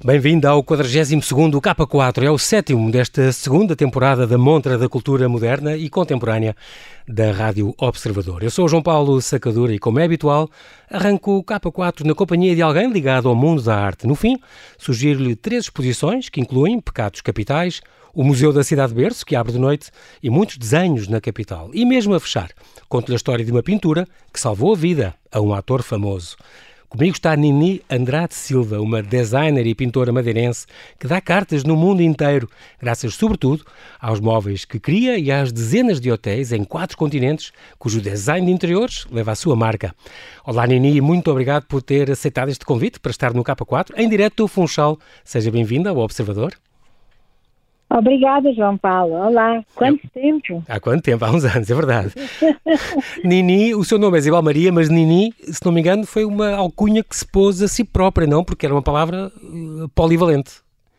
Bem-vindo ao 42º K4, é o 7º desta segunda temporada da Montra da Cultura Moderna e Contemporânea da Rádio Observador. Eu sou o João Paulo Sacadura e, como é habitual, arranco o K4 na companhia de alguém ligado ao mundo da arte. No fim, sugiro-lhe 3 exposições que incluem Pecados Capitais, o Museu da Cidade Berço, que abre de noite, e muitos desenhos na capital. E mesmo a fechar, conto-lhe a história de uma pintura que salvou a vida a um ator famoso. Comigo está Nini Andrade Silva, uma designer e pintora madeirense que dá cartas no mundo inteiro, graças sobretudo aos móveis que cria e às dezenas de hotéis em 4 continentes, cujo design de interiores leva a sua marca. Olá Nini, muito obrigado por ter aceitado este convite para estar no K4, em direto do Funchal. Seja bem-vinda ao Observador. Obrigada, João Paulo. Olá. Quanto tempo? Há quanto tempo? Há uns anos, é verdade. Nini, o seu nome é Isabel Maria, mas Nini, se não me engano, foi uma alcunha que se pôs a si própria, não? Porque era uma palavra polivalente.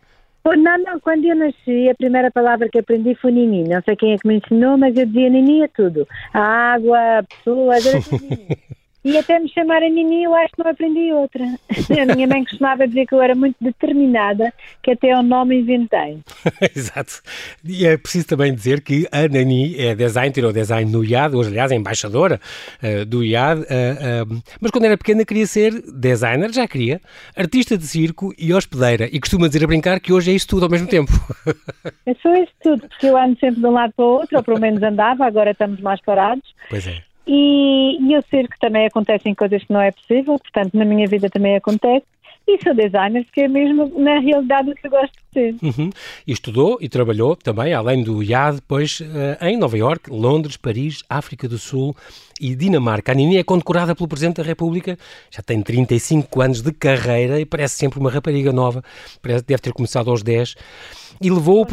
Não. Quando eu nasci, a primeira palavra que aprendi foi Nini. Não sei quem é que me ensinou, mas eu dizia Nini a tudo. A água, a pessoas, era tudo Nini. E até me chamarem Nini, eu acho que não aprendi outra. A minha mãe costumava dizer que eu era muito determinada, que até o nome inventei. Exato. E é preciso também dizer que a Nini é design, tirou design no IAD, hoje aliás é embaixadora do IAD, mas quando era pequena queria ser designer, já queria, artista de circo e hospedeira. E costuma dizer a brincar que hoje é isso tudo ao mesmo tempo. Eu sou isso tudo, porque eu ando sempre de um lado para o outro, ou pelo menos andava, agora estamos mais parados. Pois é. E eu sei que também acontecem coisas que não é possível, portanto na minha vida também acontece, e sou designer porque é mesmo na realidade o que eu gosto de ser. E estudou e trabalhou também, além do IAD, depois em Nova Iorque, Londres, Paris, África do Sul e Dinamarca. A Nini é condecorada pelo Presidente da República, já tem 35 anos de carreira e parece sempre uma rapariga nova, deve ter começado aos 10. E levou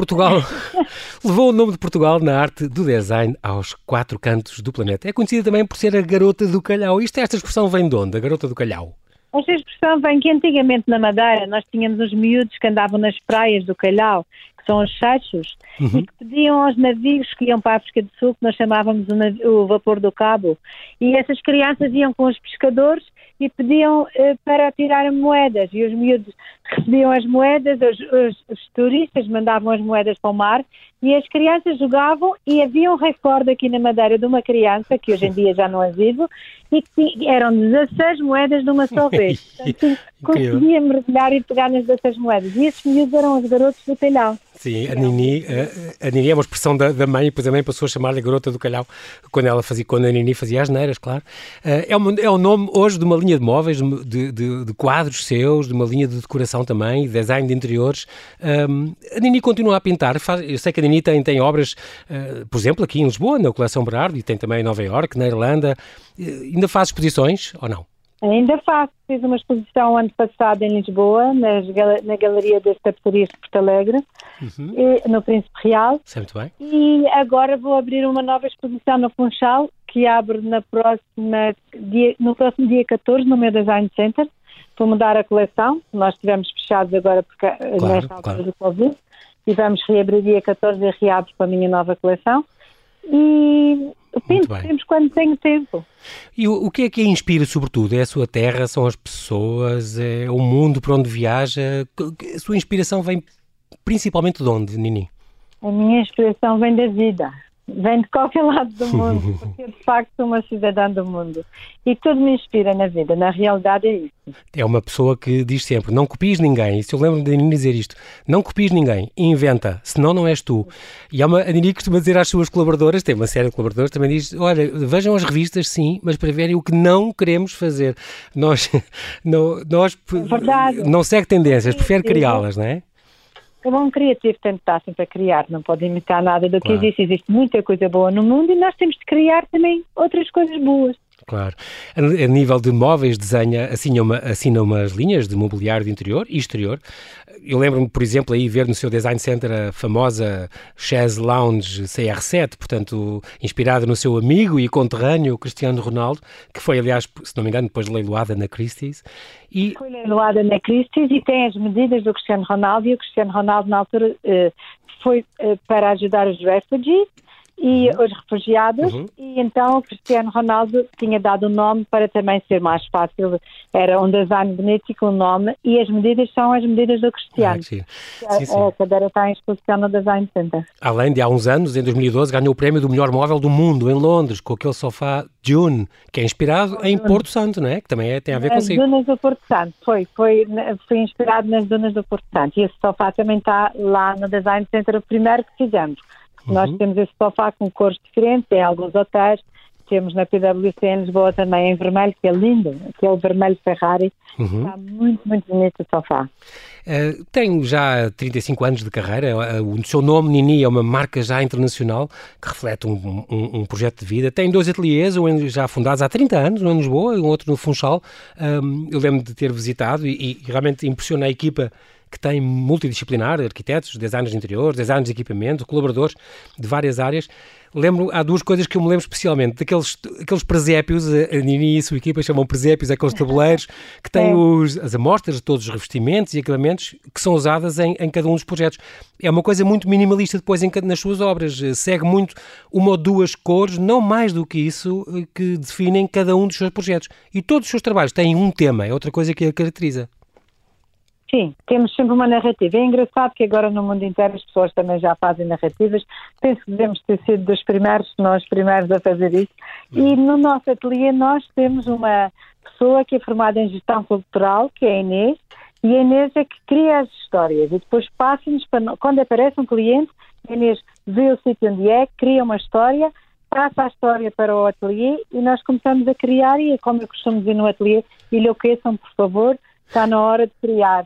o nome de Portugal na arte do design aos 4 cantos do planeta. É conhecida também por ser a Garota do Calhau. Esta expressão vem de onde, a Garota do Calhau? Esta expressão vem que antigamente na Madeira nós tínhamos os miúdos que andavam nas praias do Calhau, que são os chachos, e que pediam aos navios que iam para a África do Sul, que nós chamávamos o vapor do Cabo, e essas crianças iam com os pescadores e pediam para tirar moedas, e os miúdos recebiam as moedas, os turistas mandavam as moedas para o mar, e as crianças jogavam, e havia um recorde aqui na Madeira de uma criança, que hoje em dia já não é vivo, e que eram 16 moedas de uma só vez. Portanto, conseguia mergulhar e pegar nas 16 moedas. E esses miúdos eram os garotos do Calhau. Sim, a Nini é uma expressão da mãe, e depois a mãe passou a chamar-lhe Garota do Calhau, quando a Nini fazia asneiras, claro. É o nome hoje de uma linha de móveis, de quadros seus, de uma linha de decoração também, design de interiores. A Nini continua a pintar. Eu sei que a Nini tem obras, por exemplo, aqui em Lisboa, na Coleção Berardo, e tem também em Nova Iorque, na Irlanda. Ainda faz exposições, ou não? Ainda faço. Fiz uma exposição ano passado em Lisboa, na Galeria das Tapeçarias de Porto Alegre, no Príncipe Real. Muito bem. E agora vou abrir uma nova exposição no Funchal, que abre no próximo dia 14, no meu Design Center. Vou mudar a coleção. Nós estivemos fechados agora porque nesta altura do Covid. E vamos reabrir dia 14 e reabro para a minha nova coleção. E pinto sempre quando tenho tempo. E o que é que a inspira sobretudo? É a sua terra, são as pessoas, é o mundo para onde viaja? A sua inspiração vem principalmente de onde, Nini? A minha inspiração vem da vida. Vem de qualquer lado do mundo, porque eu de facto sou uma cidadã do mundo. E tudo me inspira na vida, na realidade é isso. É uma pessoa que diz sempre, não copies ninguém. E se eu lembro de Nini dizer isto, não copies ninguém, inventa, senão não és tu. E a Nini costuma dizer às suas colaboradoras, tem uma série de colaboradores, também diz, olha, vejam as revistas sim, mas para verem o que não queremos fazer. Nós não segue tendências, prefere criá-las, não é? O bom criativo tem de estar sempre a criar, não pode imitar nada do que existe. Existe muita coisa boa no mundo e nós temos de criar também outras coisas boas. Claro. A nível de móveis, desenha, assina umas linhas de mobiliário de interior e exterior. Eu lembro-me, por exemplo, aí ver no seu design center a famosa Chaise Lounge CR7, portanto, inspirada no seu amigo e conterrâneo Cristiano Ronaldo, que foi, aliás, se não me engano, depois leiloada na Christie's. Foi leiloada na Christie's e tem as medidas do Cristiano Ronaldo, e o Cristiano Ronaldo, na altura, foi para ajudar os refugees. e os refugiados, e então o Cristiano Ronaldo tinha dado o nome para também ser mais fácil, era um design bonito e com o nome, e as medidas são as medidas do Cristiano. Sim. A cadeira está em exposição no Design Center. Além de há uns anos, em 2012, ganhou o prémio do melhor móvel do mundo em Londres, com aquele sofá Dune, que é inspirado em Porto Santo, não é? Que também tem a ver consigo. Nas dunas do Porto Santo, foi inspirado nas dunas do Porto Santo, e esse sofá também está lá no Design Center, o primeiro que fizemos. Nós temos esse sofá com cores diferentes em alguns hotéis. Temos na PwC em Lisboa também em vermelho, que é lindo, aquele vermelho Ferrari. Está muito, muito bonito o sofá. Tem já 35 anos de carreira, o seu nome, Nini, é uma marca já internacional que reflete um projeto de vida. Tem 2 ateliês, um já fundados há 30 anos, um em Lisboa e um outro no Funchal. Eu lembro de ter visitado e realmente impressiona a equipa que tem multidisciplinar, arquitetos, designers de interiores, designers de equipamento, colaboradores de várias áreas. Há 2 coisas que eu me lembro especialmente, aqueles presépios, a Nini e a sua equipa chamam presépios, aqueles tabuleiros que têm as amostras de todos os revestimentos e acabamentos que são usadas em cada um dos projetos. É uma coisa muito minimalista depois nas suas obras, segue muito 1 ou 2 cores, não mais do que isso, que definem cada um dos seus projetos. E todos os seus trabalhos têm um tema, é outra coisa que a caracteriza. Sim, temos sempre uma narrativa. É engraçado que agora no mundo inteiro as pessoas também já fazem narrativas. Penso que devemos ter sido dos primeiros, nós primeiros a fazer isso. E no nosso ateliê nós temos uma pessoa que é formada em gestão cultural, que é a Inês, e a Inês é que cria as histórias. E depois passa-nos, quando aparece um cliente, a Inês vê o sítio onde é, cria uma história, passa a história para o ateliê e nós começamos a criar, e como eu costumo dizer no ateliê, enlouqueçam, por favor, está na hora de criar.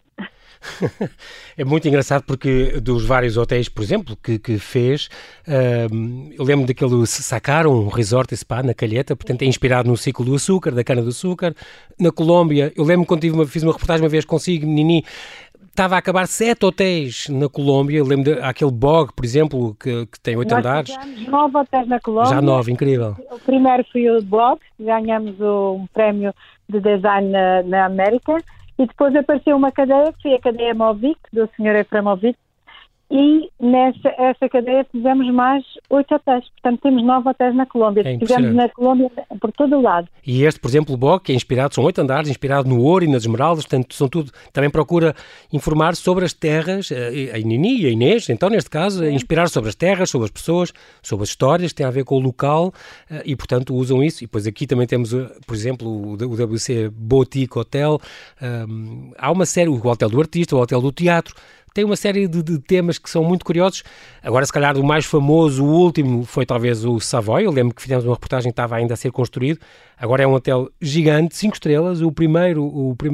É muito engraçado porque dos vários hotéis, por exemplo, que fez, eu lembro daquele Sacar, um resort e spa na Calheta, portanto é inspirado no ciclo do açúcar, da cana-do-açúcar. Na Colômbia, eu lembro quando fiz uma reportagem uma vez consigo, Nini, estava a acabar 7 hotéis na Colômbia. Eu lembro daquele Bog, por exemplo, que tem 8 andares. Nós fizemos 9 hotéis na Colômbia. Já 9, incrível. O primeiro foi o Bog, ganhamos um prémio de design na América. E depois apareceu uma cadeia, que foi a cadeia Movic, do Sr. Eframovic, e essa cadeia fizemos mais 8 hotéis. Portanto, temos 9 hotéis na Colômbia. Fizemos na Colômbia por todo o lado. E este, por exemplo, o BOC, que é inspirado, são 8 andares, inspirado no ouro e nas esmeraldas, portanto, são tudo, também procura informar sobre as terras, a Nini e a Inês, então, neste caso, inspirar sobre as terras, sobre as pessoas, sobre as histórias que têm a ver com o local, e, portanto, usam isso. E depois aqui também temos, por exemplo, o WC Boutique Hotel, há uma série, o Hotel do Artista, o Hotel do Teatro, tem uma série de temas que são muito curiosos. Agora, se calhar, o mais famoso, o último, foi talvez o Savoy. Eu lembro que fizemos uma reportagem que estava ainda a ser construído. Agora é um hotel gigante, 5 estrelas, o primeiro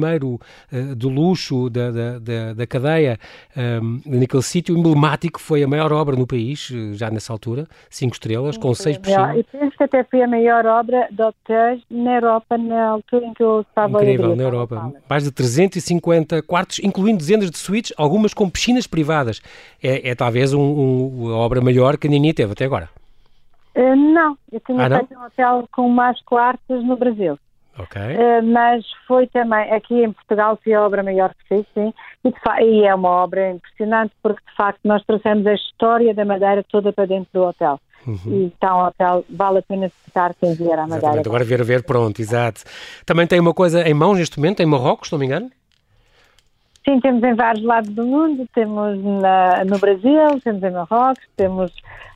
do luxo da cadeia, naquele sítio emblemático, foi a maior obra no país, já nessa altura, 5 estrelas, com 6 piscinas. E penso que até foi a maior obra de hotéis na Europa, na altura em que eu estava Incrível, na Europa. Mais de 350 quartos, incluindo dezenas de suítes, algumas com piscinas privadas. É talvez a obra maior que a Nini teve até agora. Não, eu tinha feito um hotel com mais quartos no Brasil. Ok. Mas foi também, aqui em Portugal, foi a obra maior que fiz, sim. E é uma obra impressionante, porque de facto nós trouxemos a história da Madeira toda para dentro do hotel. E então o hotel vale a pena visitar quem vier à Madeira. Exatamente, agora ver, pronto, exato. Também tem uma coisa em mãos neste momento, em Marrocos, se não me engano? Sim, temos em vários lados do mundo, temos no Brasil, temos em Marrocos, temos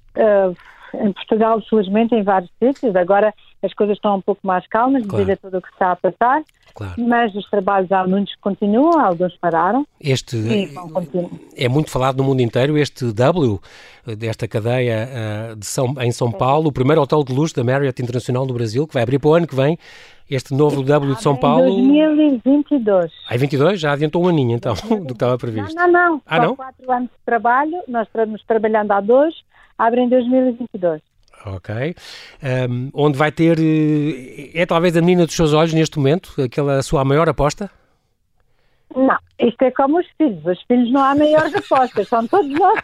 em Portugal, felizmente, em vários sítios. Agora as coisas estão um pouco mais calmas, devido a tudo o que está a passar, mas os trabalhos há muitos que continuam, alguns pararam. É muito falado no mundo inteiro, este W, desta cadeia em São Paulo, o primeiro hotel de luxo da Marriott Internacional do Brasil, que vai abrir para o ano que vem. Este novo W de São Paulo... Em 2022. Em 22? Já adiantou um aninho, então, do que estava previsto. Não. Só 4 anos de trabalho, nós estamos trabalhando há 2, abre em 2022. Ok. Onde vai ter... É talvez a menina dos seus olhos neste momento, a sua maior aposta? Não, isto é como os filhos não há maiores apostas, são todos nós.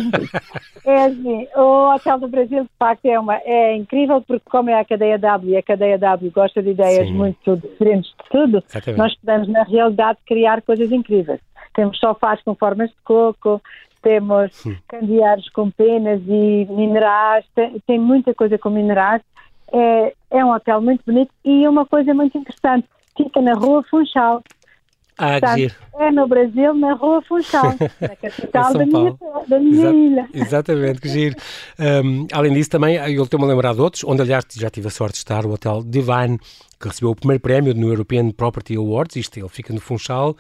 É assim, o Hotel do Brasil de facto é incrível, porque como é a cadeia W, e a cadeia W gosta de ideias muito diferentes de tudo, nós podemos na realidade criar coisas incríveis. Temos sofás com formas de coco, temos candeeiros com penas e minerais, tem muita coisa com minerais. É um hotel muito bonito e uma coisa muito interessante, fica na Rua Funchal. Portanto, é no Brasil, na Rua Funchal, na capital da minha ilha. Exatamente, que giro. Além disso, também, eu estou-me a lembrar de outros, onde, aliás, já tive a sorte de estar, o Hotel Divine, que recebeu o primeiro prémio no European Property Awards, ele fica no Funchal.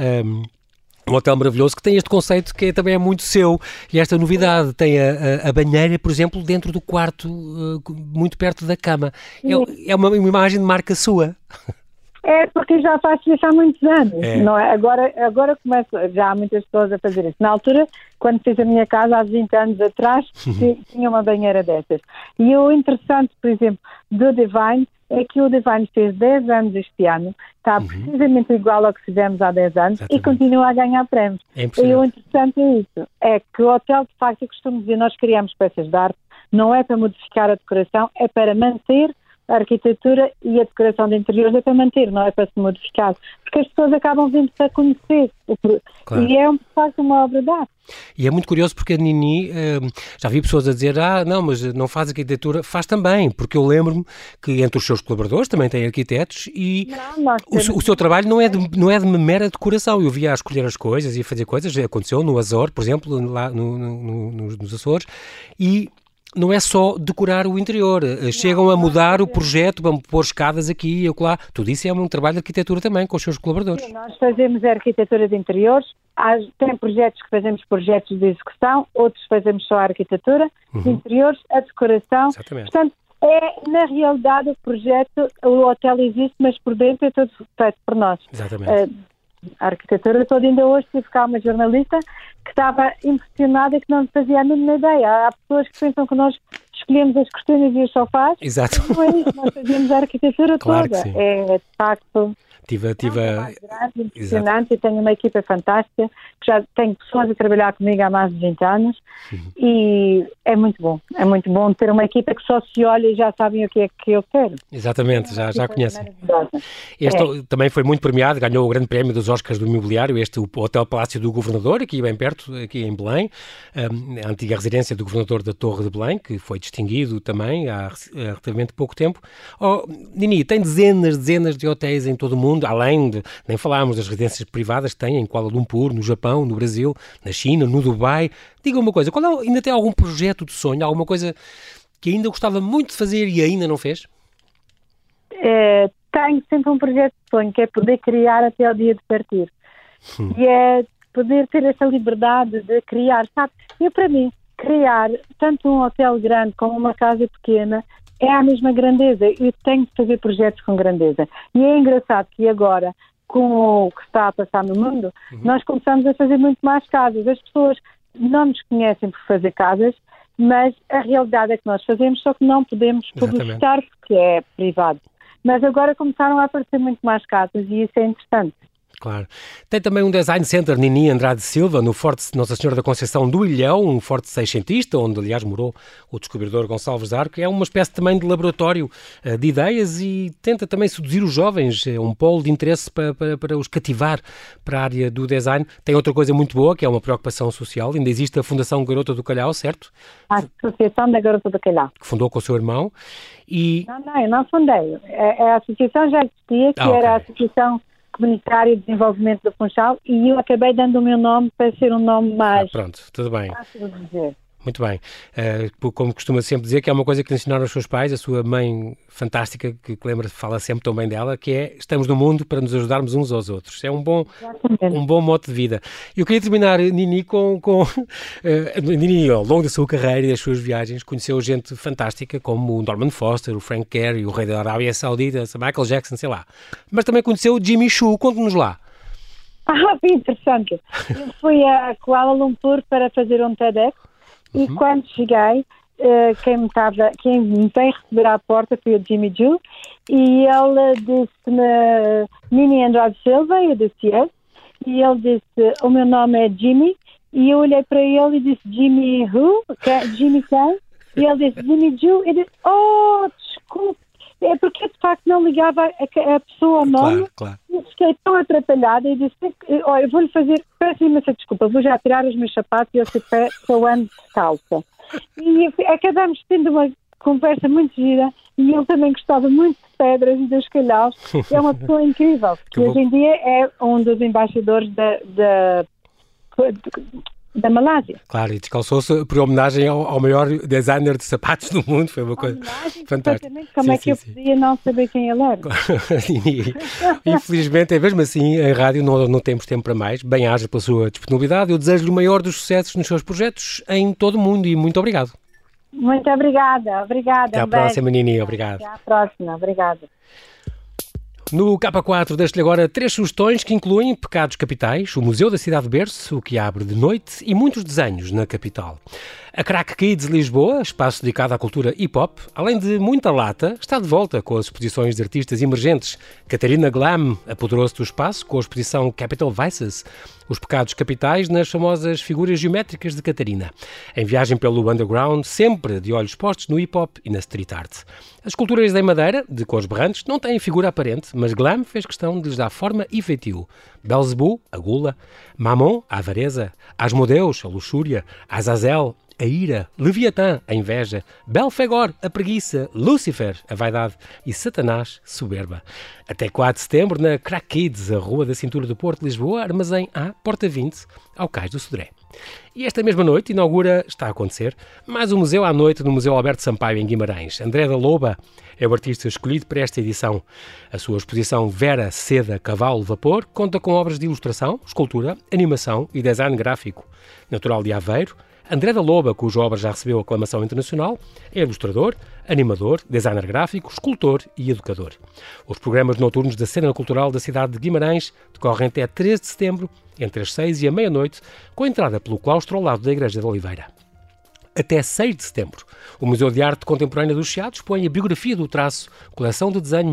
Um hotel maravilhoso que tem este conceito que também é muito seu, e esta novidade, tem a banheira, por exemplo, dentro do quarto, muito perto da cama. É uma imagem de marca sua. É, porque já faço isso há muitos anos, não é? Agora começo, já há muitas pessoas a fazer isso. Na altura, quando fiz a minha casa, há 20 anos atrás, tinha uma banheira dessas. E o interessante, por exemplo, do Divine, é que o Divine fez 10 anos este ano, está precisamente igual ao que fizemos há 10 anos. Exatamente. E continua a ganhar prémios. E o interessante é isso, é que o hotel, de facto, eu costumo dizer, nós criamos peças de arte, não é para modificar a decoração, é para manter a arquitetura, e a decoração de interiores é para manter, não é para se modificar, porque as pessoas acabam vindo para conhecer, claro. E é de facto uma obra de arte. E é muito curioso porque a Nini, já vi pessoas a dizer, não, mas não faz arquitetura, faz também, porque eu lembro-me que entre os seus colaboradores também tem arquitetos e o seu trabalho não é de mera decoração. Eu via a escolher as coisas e a fazer coisas, aconteceu no Azor, por exemplo, lá nos Açores, e não é só decorar o interior, chegam a mudar o projeto, vão pôr escadas aqui e acolá. Tudo isso é um trabalho de arquitetura também, com os seus colaboradores. Sim, nós fazemos a arquitetura de interiores, tem projetos que fazemos projetos de execução, outros fazemos só a arquitetura de interiores, a decoração. Exatamente. Portanto, na realidade o projeto, o hotel existe, mas por dentro é todo feito por nós. Exatamente. A arquitetura toda, ainda hoje tive cá uma jornalista que estava impressionada e que não fazia a mínima ideia. Há pessoas que pensam que nós escolhemos as cortinas e os sofás. Exato. Não é isso, nós fazemos a arquitetura claro toda. Que sim. É de facto grande, impressionante. E tenho uma equipa fantástica, que já tenho pessoas a trabalhar comigo há mais de 20 anos e é muito bom ter uma equipa que só se olha e já sabem o que é que eu quero. Exatamente, já conhecem. Este também foi muito premiado, ganhou o grande prémio dos Oscars do Imobiliário, o Hotel Palácio do Governador, aqui bem perto, aqui em Belém, a antiga residência do Governador da Torre de Belém, que foi distinguido também há relativamente pouco tempo. Nini, tem dezenas de hotéis em todo o mundo, além de, nem falámos das residências privadas que tem em Kuala Lumpur, no Japão, no Brasil, na China, no Dubai. Diga uma coisa, ainda tem algum projeto de sonho, alguma coisa que ainda gostava muito de fazer e ainda não fez? Tenho sempre um projeto de sonho, que é poder criar até o dia de partir. E é poder ter essa liberdade de criar, sabe? E para mim, criar tanto um hotel grande como uma casa pequena é a mesma grandeza. Eu tenho de fazer projetos com grandeza. E é engraçado que agora, com o que está a passar no mundo, nós começamos a fazer muito mais casas. As pessoas não nos conhecem por fazer casas, mas a realidade é que nós fazemos, só que não podemos publicitar porque é privado. Mas agora começaram a aparecer muito mais casas e isso é interessante. Claro. Tem também um design center, Nini Andrade Silva, no Forte Nossa Senhora da Conceição do Ilhéu, um forte seiscentista, onde aliás morou o descobridor Gonçalves de Arco. É uma espécie também de laboratório de ideias e tenta também seduzir os jovens, é um polo de interesse para os cativar para a área do design. Tem outra coisa muito boa, que é uma preocupação social. Ainda existe a Fundação Garota do Calhau, certo? A Associação da Garota do Calhau. Que fundou com o seu irmão. Não, eu não fundei. A associação já existia, que era a Associação Comunitário de Desenvolvimento do Funchal, e eu acabei dando o meu nome para ser um nome mais pronto, tudo bem. fácil de dizer. Muito bem. Como costuma sempre dizer, que é uma coisa que lhe ensinaram os seus pais, a sua mãe fantástica, que fala sempre tão bem dela, que é: estamos no mundo para nos ajudarmos uns aos outros. É um bom modo de vida. Eu queria terminar, Nini, Nini, ao longo da sua carreira e das suas viagens, conheceu gente fantástica, como o Norman Foster, o Frank Gehry, o rei da Arábia Saudita, Michael Jackson, sei lá. Mas também conheceu o Jimmy Choo. Conte-nos lá. Foi interessante. Eu fui a Kuala Lumpur para fazer um TEDx. E quando cheguei, quem me veio receber à porta foi o Jimmy Choo, e ele disse-me Nini Andrade Silva, eu disse yes, e ele disse: o meu nome é Jimmy, e eu olhei para ele e disse: Jimmy who? Jimmy quem? E ele disse: Jimmy Choo, e disse: oh, desculpe, É porque eu, de facto, não ligava a pessoa ao nome. Claro. E fiquei tão atrapalhada e disse, eu vou-lhe fazer, peço imensa desculpa, vou já tirar os meus sapatos e eu sou ando de calça. E acabamos tendo uma conversa muito gira e ele também gostava muito de pedras e dos calhaus. É uma pessoa incrível, que hoje em dia é um dos embaixadores da Malásia. Claro, e descalçou-se por homenagem ao maior designer de sapatos do mundo. Foi uma coisa fantástica. Como eu podia não saber quem ele era? Infelizmente, é mesmo assim, em rádio não temos tempo para mais. Bem-aja pela sua disponibilidade. Eu desejo-lhe o maior dos sucessos nos seus projetos em todo o mundo e muito obrigado. Muito obrigada. Até à próxima, Nini. Obrigado. Até à próxima. Obrigada. No K4 deixo-lhe agora 3 sugestões que incluem pecados capitais, o Museu da Cidade de Berço, que abre de noite, e muitos desenhos na capital. A Crack Kids Lisboa, espaço dedicado à cultura hip-hop, além de muita lata, está de volta com as exposições de artistas emergentes. Catarina Glam apoderou-se do espaço com a exposição Capital Vices, os pecados capitais nas famosas figuras geométricas de Catarina. Em viagem pelo underground, sempre de olhos postos no hip-hop e na street art. As esculturas em madeira, de cores berrantes, não têm figura aparente, mas Glam fez questão de lhes dar forma e feitio. Belzebu, a gula, Mammon, a avareza, Asmodeus, a luxúria, Azazel, a ira, Leviatã, a inveja, Belfegor, a preguiça, Lúcifer, a vaidade e Satanás, soberba. Até 4 de setembro, na Crack Kids, a Rua da Cintura do Porto, Lisboa, Armazém A, Porta 20, ao Cais do Sodré. E esta mesma noite está a acontecer, mais um museu à noite no Museu Alberto Sampaio, em Guimarães. André da Loba é o artista escolhido para esta edição. A sua exposição Vera, Seda, Cavalo, Vapor conta com obras de ilustração, escultura, animação e design gráfico. Natural de Aveiro, André da Loba, cuja obra já recebeu aclamação internacional, é ilustrador, animador, designer gráfico, escultor e educador. Os programas noturnos da Cena Cultural da cidade de Guimarães decorrem até 13 de setembro, entre as 6 e a meia-noite, com a entrada pelo claustro ao lado da Igreja da Oliveira. Até 6 de setembro, o Museu de Arte Contemporânea do Chiado expõe a biografia do traço, coleção de desenho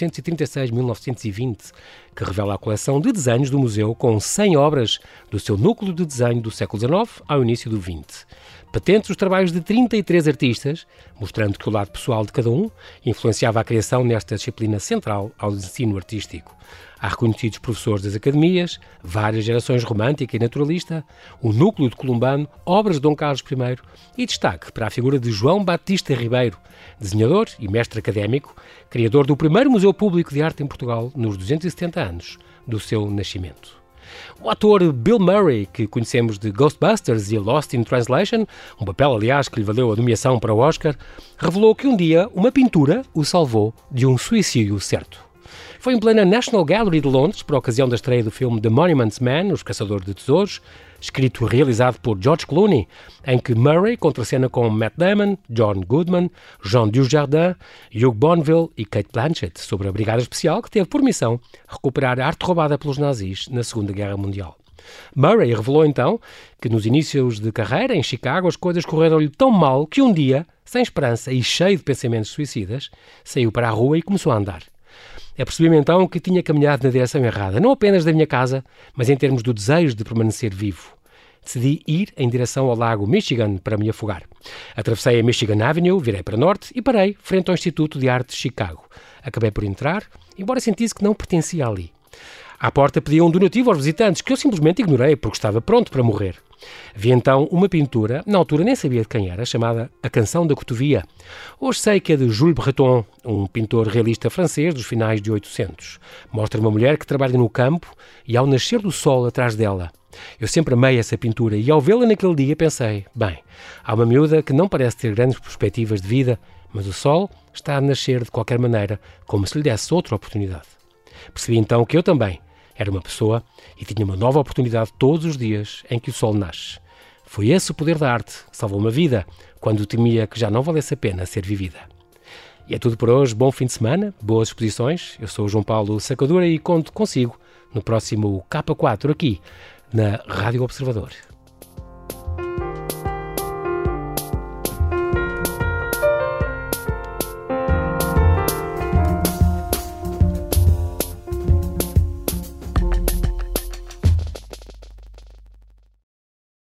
1836-1920, que revela a coleção de desenhos do museu com 100 obras do seu núcleo de desenho do século XIX ao início do XX. Patentes os trabalhos de 33 artistas, mostrando que o lado pessoal de cada um influenciava a criação nesta disciplina central ao ensino artístico. Há reconhecidos professores das academias, várias gerações romântica e naturalista, o núcleo de Columbano, obras de Dom Carlos I e destaque para a figura de João Batista Ribeiro, desenhador e mestre académico, criador do primeiro museu público de arte em Portugal nos 270 anos do seu nascimento. O ator Bill Murray, que conhecemos de Ghostbusters e Lost in Translation, um papel, aliás, que lhe valeu a nomeação para o Oscar, revelou que um dia uma pintura o salvou de um suicídio certo. Foi em plena National Gallery de Londres, por ocasião da estreia do filme The Monuments Men, Os Caçadores de Tesouros, escrito e realizado por George Clooney, em que Murray contracena com Matt Damon, John Goodman, Jean Dujardin, Hugh Bonneville e Cate Blanchett, sobre a Brigada Especial que teve por missão recuperar a arte roubada pelos nazis na Segunda Guerra Mundial. Murray revelou então que nos inícios de carreira em Chicago as coisas correram-lhe tão mal que um dia, sem esperança e cheio de pensamentos suicidas, saiu para a rua e começou a andar. Apercebi-me então que tinha caminhado na direção errada, não apenas da minha casa, mas em termos do desejo de permanecer vivo. Decidi ir em direção ao lago Michigan para me afogar. Atravessei a Michigan Avenue, virei para norte e parei frente ao Instituto de Arte de Chicago. Acabei por entrar, embora sentisse que não pertencia ali. À porta pediam um donativo aos visitantes, que eu simplesmente ignorei, porque estava pronto para morrer. Vi então uma pintura, na altura nem sabia de quem era, chamada A Canção da Cotovia. Hoje sei que é de Jules Breton, um pintor realista francês dos finais de 800. Mostra uma mulher que trabalha no campo e ao nascer do sol atrás dela. Eu sempre amei essa pintura e ao vê-la naquele dia pensei, bem, há uma miúda que não parece ter grandes perspectivas de vida, mas o sol está a nascer de qualquer maneira, como se lhe desse outra oportunidade. Percebi então que eu também era uma pessoa e tinha uma nova oportunidade todos os dias em que o sol nasce. Foi esse o poder da arte que salvou uma vida quando temia que já não valesse a pena ser vivida. E é tudo por hoje. Bom fim de semana, boas exposições. Eu sou o João Paulo Sacadura e conto consigo no próximo K4 aqui na Rádio Observador.